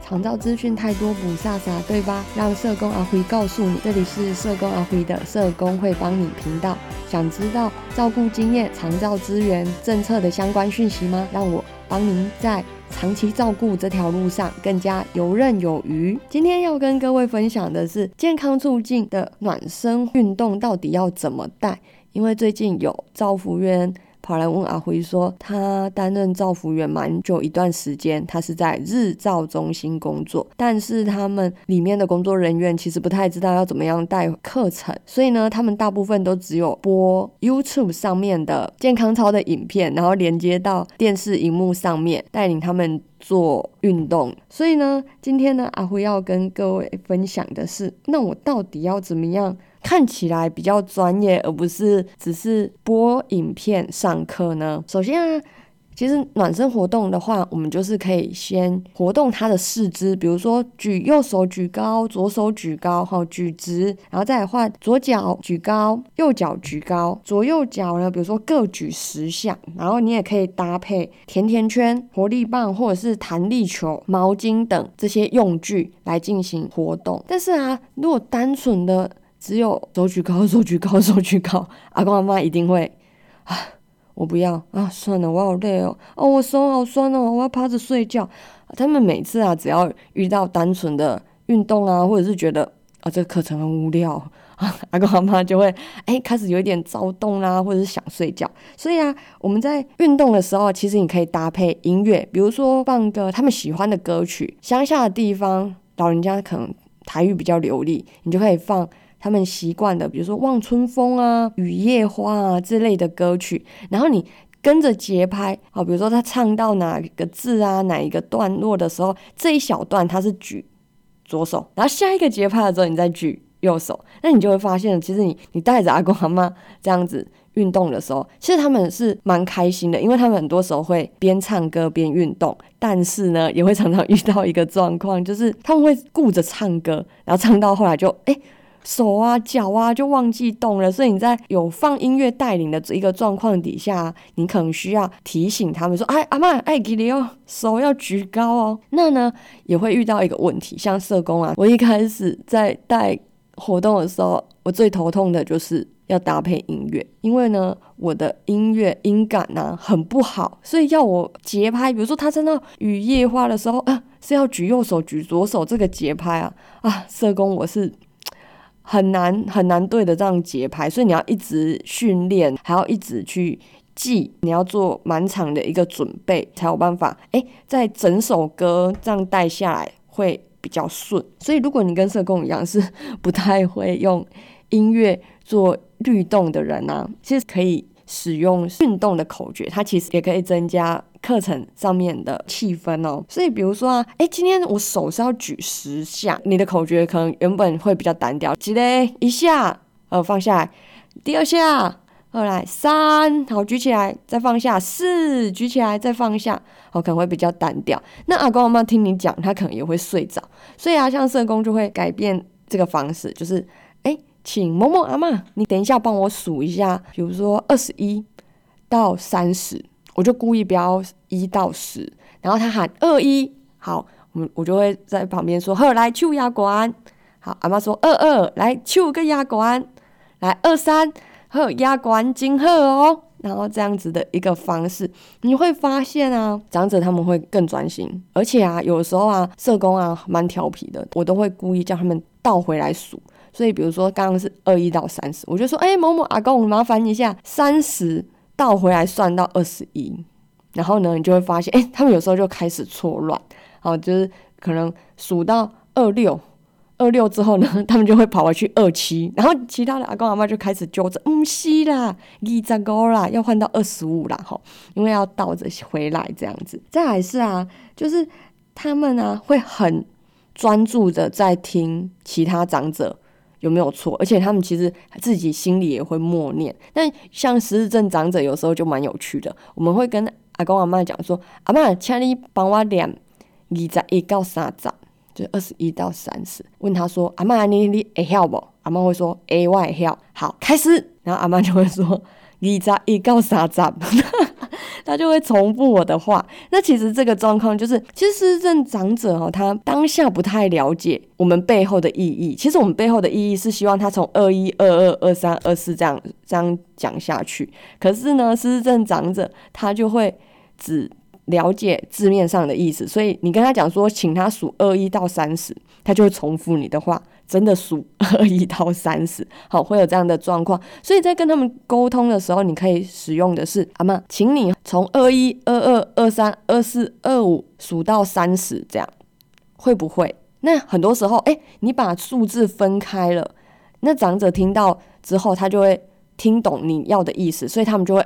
长照资讯太多不飒飒，对吧？让社工阿辉告诉你，这里是社工阿辉的社工会帮你频道。想知道照顾经验、长照资源、政策的相关讯息吗？让我帮您在长期照顾这条路上更加游刃有余。今天要跟各位分享的是健康促进的暖身运动到底要怎么带，因为最近有照服员跑来问阿辉说，他担任照服员蛮久一段时间，他是在日照中心工作，但是他们里面的工作人员其实不太知道要怎么样带课程，所以呢他们大部分都只有播 YouTube 上面的健康操的影片，然后连接到电视荧幕上面带领他们做运动。所以呢今天呢阿辉要跟各位分享的是，那我到底要怎么样看起来比较专业，而不是只是播影片上课呢？首先啊，其实暖身活动的话，我们就是可以先活动他的四肢，比如说举右手举高，左手举高，举直，然后再来换左脚举高，右脚举高，左右脚呢，比如说各举10下，然后你也可以搭配甜甜圈、活力棒或者是弹力球、毛巾等这些用具来进行活动。但是啊，如果单纯的只有手举高手举高手举高，阿公阿妈一定会我不要算了，我好累我手好酸我要趴着睡觉。他们每次啊只要遇到单纯的运动啊，或者是觉得这个课程很无聊阿公阿妈就会开始有一点躁动啦，或者是想睡觉。所以啊我们在运动的时候，其实你可以搭配音乐，比如说放个他们喜欢的歌曲，乡下的地方老人家可能台语比较流利，你就可以放他们习惯的，比如说望春风啊、雨夜花啊之类的歌曲，然后你跟着节拍比如说他唱到哪个字啊、哪一个段落的时候，这一小段他是举左手，然后下一个节拍的时候你再举右手，那你就会发现其实你带着阿公阿嬷这样子运动的时候，其实他们是蛮开心的，因为他们很多时候会边唱歌边运动，但是呢也会常常遇到一个状况，就是他们会顾着唱歌，然后唱到后来就手啊脚啊就忘记动了，所以你在有放音乐带领的一个状况底下，你可能需要提醒他们说阿嬷记得手要举高那呢也会遇到一个问题，像社工啊，我一开始在带活动的时候，我最头痛的就是要搭配音乐，因为呢我的音乐音感啊很不好，所以要我节拍，比如说他在那雨夜花的时候是要举右手举左手，这个节拍社工我是很难对得上节拍，所以你要一直训练，还要一直去记，你要做蛮长的一个准备，才有办法在整首歌这样带下来会比较顺。所以如果你跟社工一样是不太会用音乐做律动的人啊，其实可以使用运动的口诀，它其实也可以增加课程上面的气氛所以比如说今天我手是要举10下，你的口诀可能原本会比较单调，1下放下来，第2下后来3好举起来再放下，4举起来再放下可能会比较单调。那阿公阿嬷听你讲，他可能也会睡着，所以像社工就会改变这个方式，就是请某某阿嬷你等一下帮我数一下，比如说21到30，我就故意不要1到10，然后他喊21，好，我就会在旁边说好，来手压管，好，阿嬷说22，来手跟压管，来23，好，压管真好然后这样子的一个方式，你会发现长者他们会更专心，而且有时候社工蛮调皮的，我都会故意叫他们倒回来数。所以比如说刚刚是21到30，我就说某某阿公麻烦一下30倒回来算到21，然后呢你就会发现他们有时候就开始错乱就是可能数到26之后呢，他们就会跑回去27，然后其他的阿公阿嬷就开始纠正，不是啦25啦，要换到25啦因为要倒着回来这样子。再来是就是他们会很专注的在听其他长者有没有错，而且他们其实自己心里也会默念。但像失智症长者有时候就蛮有趣的，我们会跟阿公阿嬷讲说，阿嬷请你帮我念21到30，就21到30，问他说阿嬷你会晓不？阿嬷会说我会晓。好，开始，然后阿嬷就会说21到30他他就会重复我的话。那其实这个状况就是，其实失智症长者他当下不太了解我们背后的意义。其实我们背后的意义是希望他从21、22、23、24这样讲下去。可是呢，失智症长者他就会只了解字面上的意思，所以你跟他讲说请他数21到30，他就会重复你的话，真的数21到30，好，会有这样的状况。所以在跟他们沟通的时候，你可以使用的是阿嬷，请你从21、22、23、24、25数到30，这样会不会？那很多时候你把数字分开了，那长者听到之后他就会听懂你要的意思，所以他们就会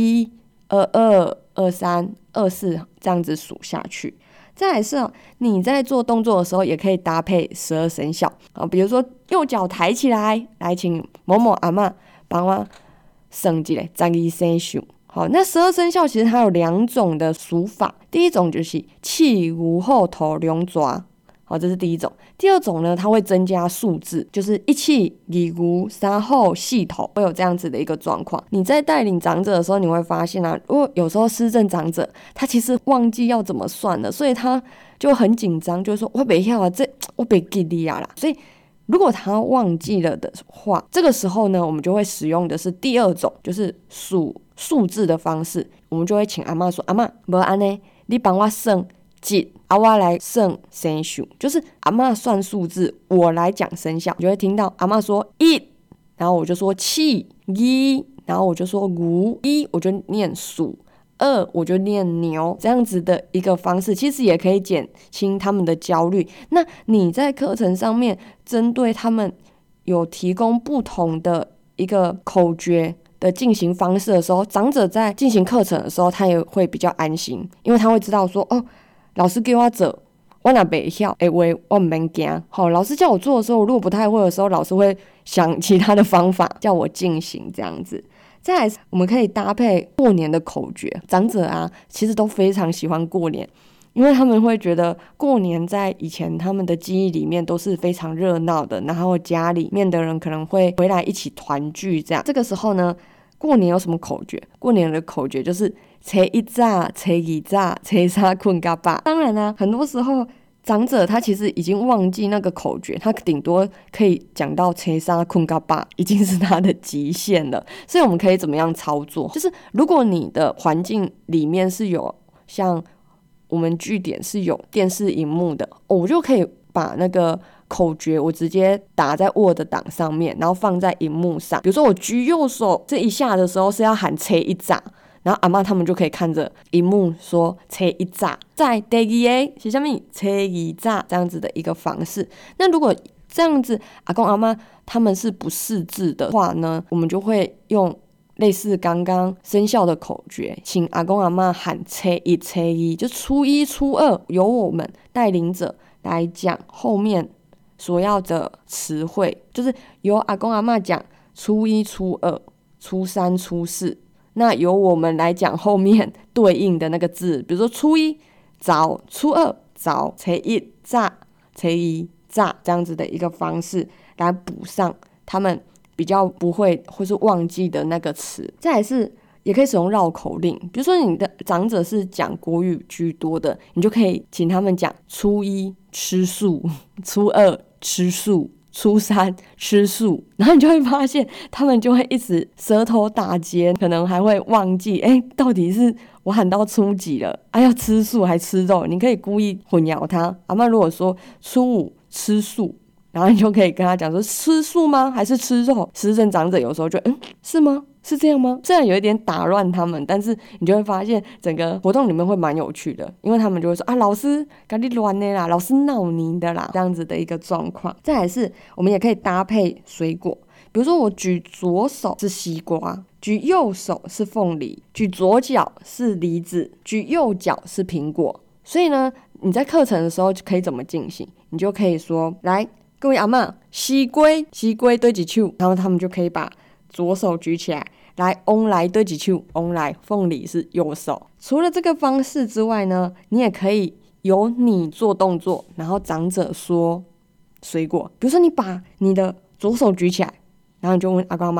21、22、23、24这样子数下去。再来是你在做动作的时候也可以搭配12生肖比如说右脚抬起来，来请某某阿嬷帮我算一下12生肖。好，那12生肖其实它有2种的数法，第一种就是气牛后头龙爪，好，这是第一种。第二种呢，它会增加数字，就是1气2牛3后4头，会有这样子的一个状况。你在带领长者的时候，你会发现如果有时候失智长者他其实忘记要怎么算了，所以他就很紧张，就是说我不晓得我不记得啦。所以如果他忘记了的话，这个时候呢，我们就会使用的是第二种，就是数数字的方式。我们就会请阿嬷说，阿嬷不然呢，你帮我算1，我来算生肖，就是阿嬷算数字，我来讲生肖。你就会听到阿嬷说1，然后我就说气2，然后我就说牛，1我就念鼠，2我就念牛，这样子的一个方式，其实也可以减轻他们的焦虑。那你在课程上面针对他们有提供不同的一个口诀的进行方式的时候，长者在进行课程的时候，他也会比较安心，因为他会知道说老师叫我做，我若不晓的话，我不免惊。好，老师叫我做的时候，如果不太会的时候，老师会想其他的方法叫我进行这样子。再来，我们可以搭配过年的口诀。长者其实都非常喜欢过年，因为他们会觉得过年在以前他们的记忆里面都是非常热闹的，然后家里面的人可能会回来一起团聚这样。这个时候呢，过年有什么口诀？过年的口诀就是初1早、初2早、初3困到饱。当然很多时候长者他其实已经忘记那个口诀，他顶多可以讲到初3困到饱，已经是他的极限了。所以我们可以怎么样操作？就是如果你的环境里面是有像我们据点是有电视荧幕的，我就可以把那个口诀我直接打在 Word 档上面，然后放在荧幕上。比如说我举右手这一下的时候是要喊初1早，然后阿嬷他们就可以看着荧幕说初1早，在第2个是什么？初2早，这样子的一个方式。那如果这样子阿公阿嬷他们是不识字的话呢，我们就会用类似刚刚生肖的口诀，请阿公阿嬷喊初1、初2，就初1、初2，由我们带领者来讲后面所要的词汇，就是由阿公阿嬷讲初1、初2、初3、初4，那由我们来讲后面对应的那个字，比如说初1早、初2早、初1早、初2早，这样子的一个方式来补上他们比较不会或是忘记的那个词。再来是也可以使用绕口令，比如说你的长者是讲国语居多的，你就可以请他们讲初1吃素，初2吃素，初3吃素，然后你就会发现他们就会一直舌头打结，可能还会忘记到底是我喊到初几了要吃素还吃肉，你可以故意混淆他。阿嬷如果说初5吃素，然后你就可以跟他讲说吃素吗还是吃肉？失智长者有时候就是吗？是这样吗？虽然有一点打乱他们，但是你就会发现整个活动里面会蛮有趣的，因为他们就会说老师跟你乱的啦，老师闹你的啦，这样子的一个状况。再来是我们也可以搭配水果，比如说我举左手是西瓜，举右手是凤梨，举左脚是梨子，举右脚是苹果。所以呢，你在课程的时候可以怎么进行？你就可以说，来各位阿嬷，西瓜对一手，然后他们就可以把左手举起来，来往来对一手，往来凤梨是右手。除了这个方式之外呢，你也可以由你做动作，然后长者说水果。比如说你把你的左手举起来，然后你就问阿公阿嬷，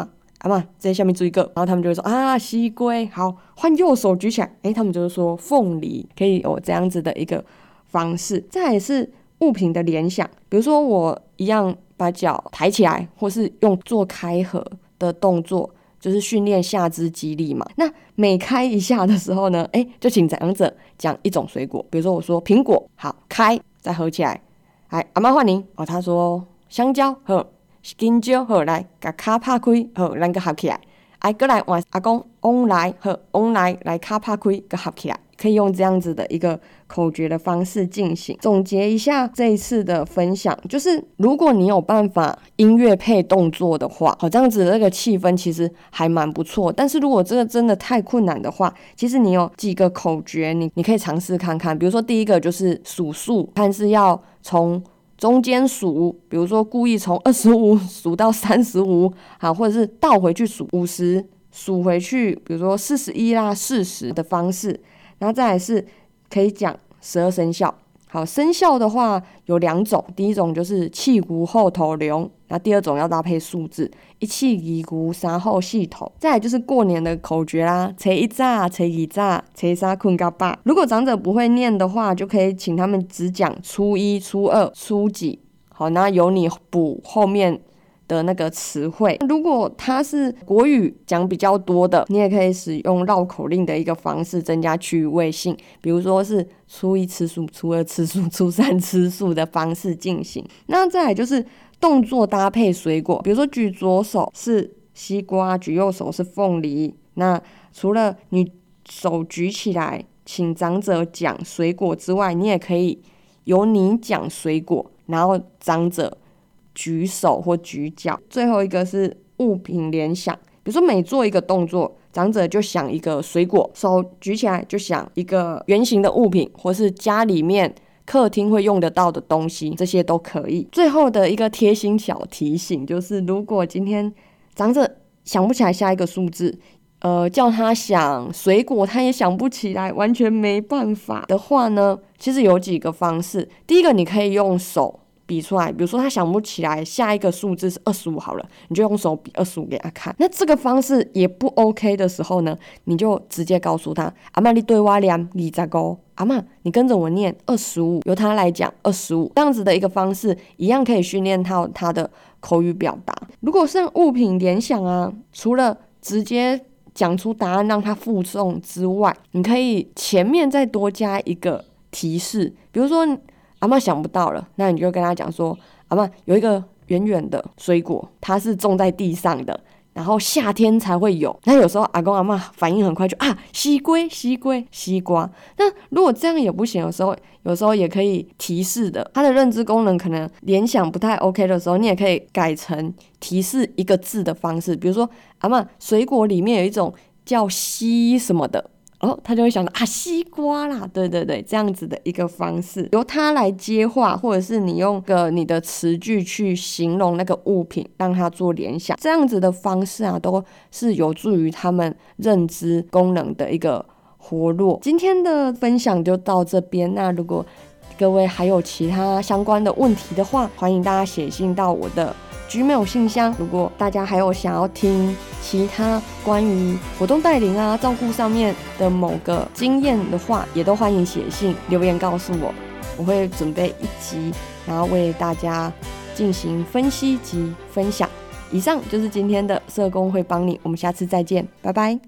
阿嬷这下面注意个，然后他们就会说啊西瓜，好，换右手举起来，他们就是说凤梨，可以有这样子的一个方式。再来是物品的联想，比如说我一样把脚抬起来，或是用做开合的动作，就是训练下肢肌力嘛。那每开一下的时候呢，就请长者讲一种水果，比如说我说苹果，好，开再合起来，来阿嬷换您哦，他说香蕉，好，香蕉，好，来把脚拍开，好，咱个合起来，再来换阿公往来，好，往来来脚拍开，个合起来。可以用这样子的一个口诀的方式进行。总结一下这一次的分享，就是如果你有办法音乐配动作的话，这样子的那个气氛其实还蛮不错。但是如果这个真的太困难的话，其实你有几个口诀你可以尝试看看。比如说第一个就是数数，看是要从中间数，比如说故意从25数到35，好，或者是倒回去数50，数回去，比如说41啦、40的方式。然后再来是可以讲12生肖。好，生肖的话有2种，第一种就是气牛后头龙，那第二种要搭配数字，1气2牛3后4头。再来就是过年的口诀啦，初1早，初2早，初3困到饱。如果长者不会念的话，就可以请他们只讲初1、初2、初几，好，那由你补后面的那个词汇。如果他是国语讲比较多的，你也可以使用绕口令的一个方式增加趣味性，比如说是初1吃素，初2吃素，初3吃素的方式进行。那再来就是动作搭配水果，比如说举左手是西瓜，举右手是凤梨。那除了你手举起来请长者讲水果之外，你也可以由你讲水果，然后长者举手或举脚。最后一个是物品联想，比如说每做一个动作，长者就想一个水果，手举起来就想一个圆形的物品，或是家里面客厅会用得到的东西，这些都可以。最后的一个贴心小提醒就是，如果今天长者想不起来下一个数字，叫他想水果他也想不起来，完全没办法的话呢，其实有几个方式。第一个，你可以用手比出来，比如说他想不起来下一个数字是25好了，你就用手比25给他看。那这个方式也不 OK 的时候呢，你就直接告诉他，阿嬷你对我念25，阿嬷你跟着我念25，由他来讲25，这样子的一个方式一样可以训练到他的口语表达。如果是物品联想啊，除了直接讲出答案让他附送之外，你可以前面再多加一个提示，比如说阿嬷想不到了，那你就跟他讲说，阿嬷有一个圆圆的水果，它是种在地上的，然后夏天才会有。那有时候阿公阿嬷反应很快，就西瓜。那如果这样也不行，有时候也可以提示的。他的认知功能可能联想不太 OK 的时候，你也可以改成提示一个字的方式，比如说阿嬷水果里面有一种叫西什么的。他就会想到西瓜啦，对，这样子的一个方式，由他来接话，或者是你用你的词句去形容那个物品，让他做联想，这样子的方式啊，都是有助于他们认知功能的一个活络。今天的分享就到这边，那如果各位还有其他相关的问题的话，欢迎大家写信到我的Gmail 信箱。如果大家还有想要听其他关于活动带领啊、照顾上面的某个经验的话，也都欢迎写信留言告诉我，我会准备一集，然后为大家进行分析及分享。以上就是今天的社工会帮你，我们下次再见，拜拜。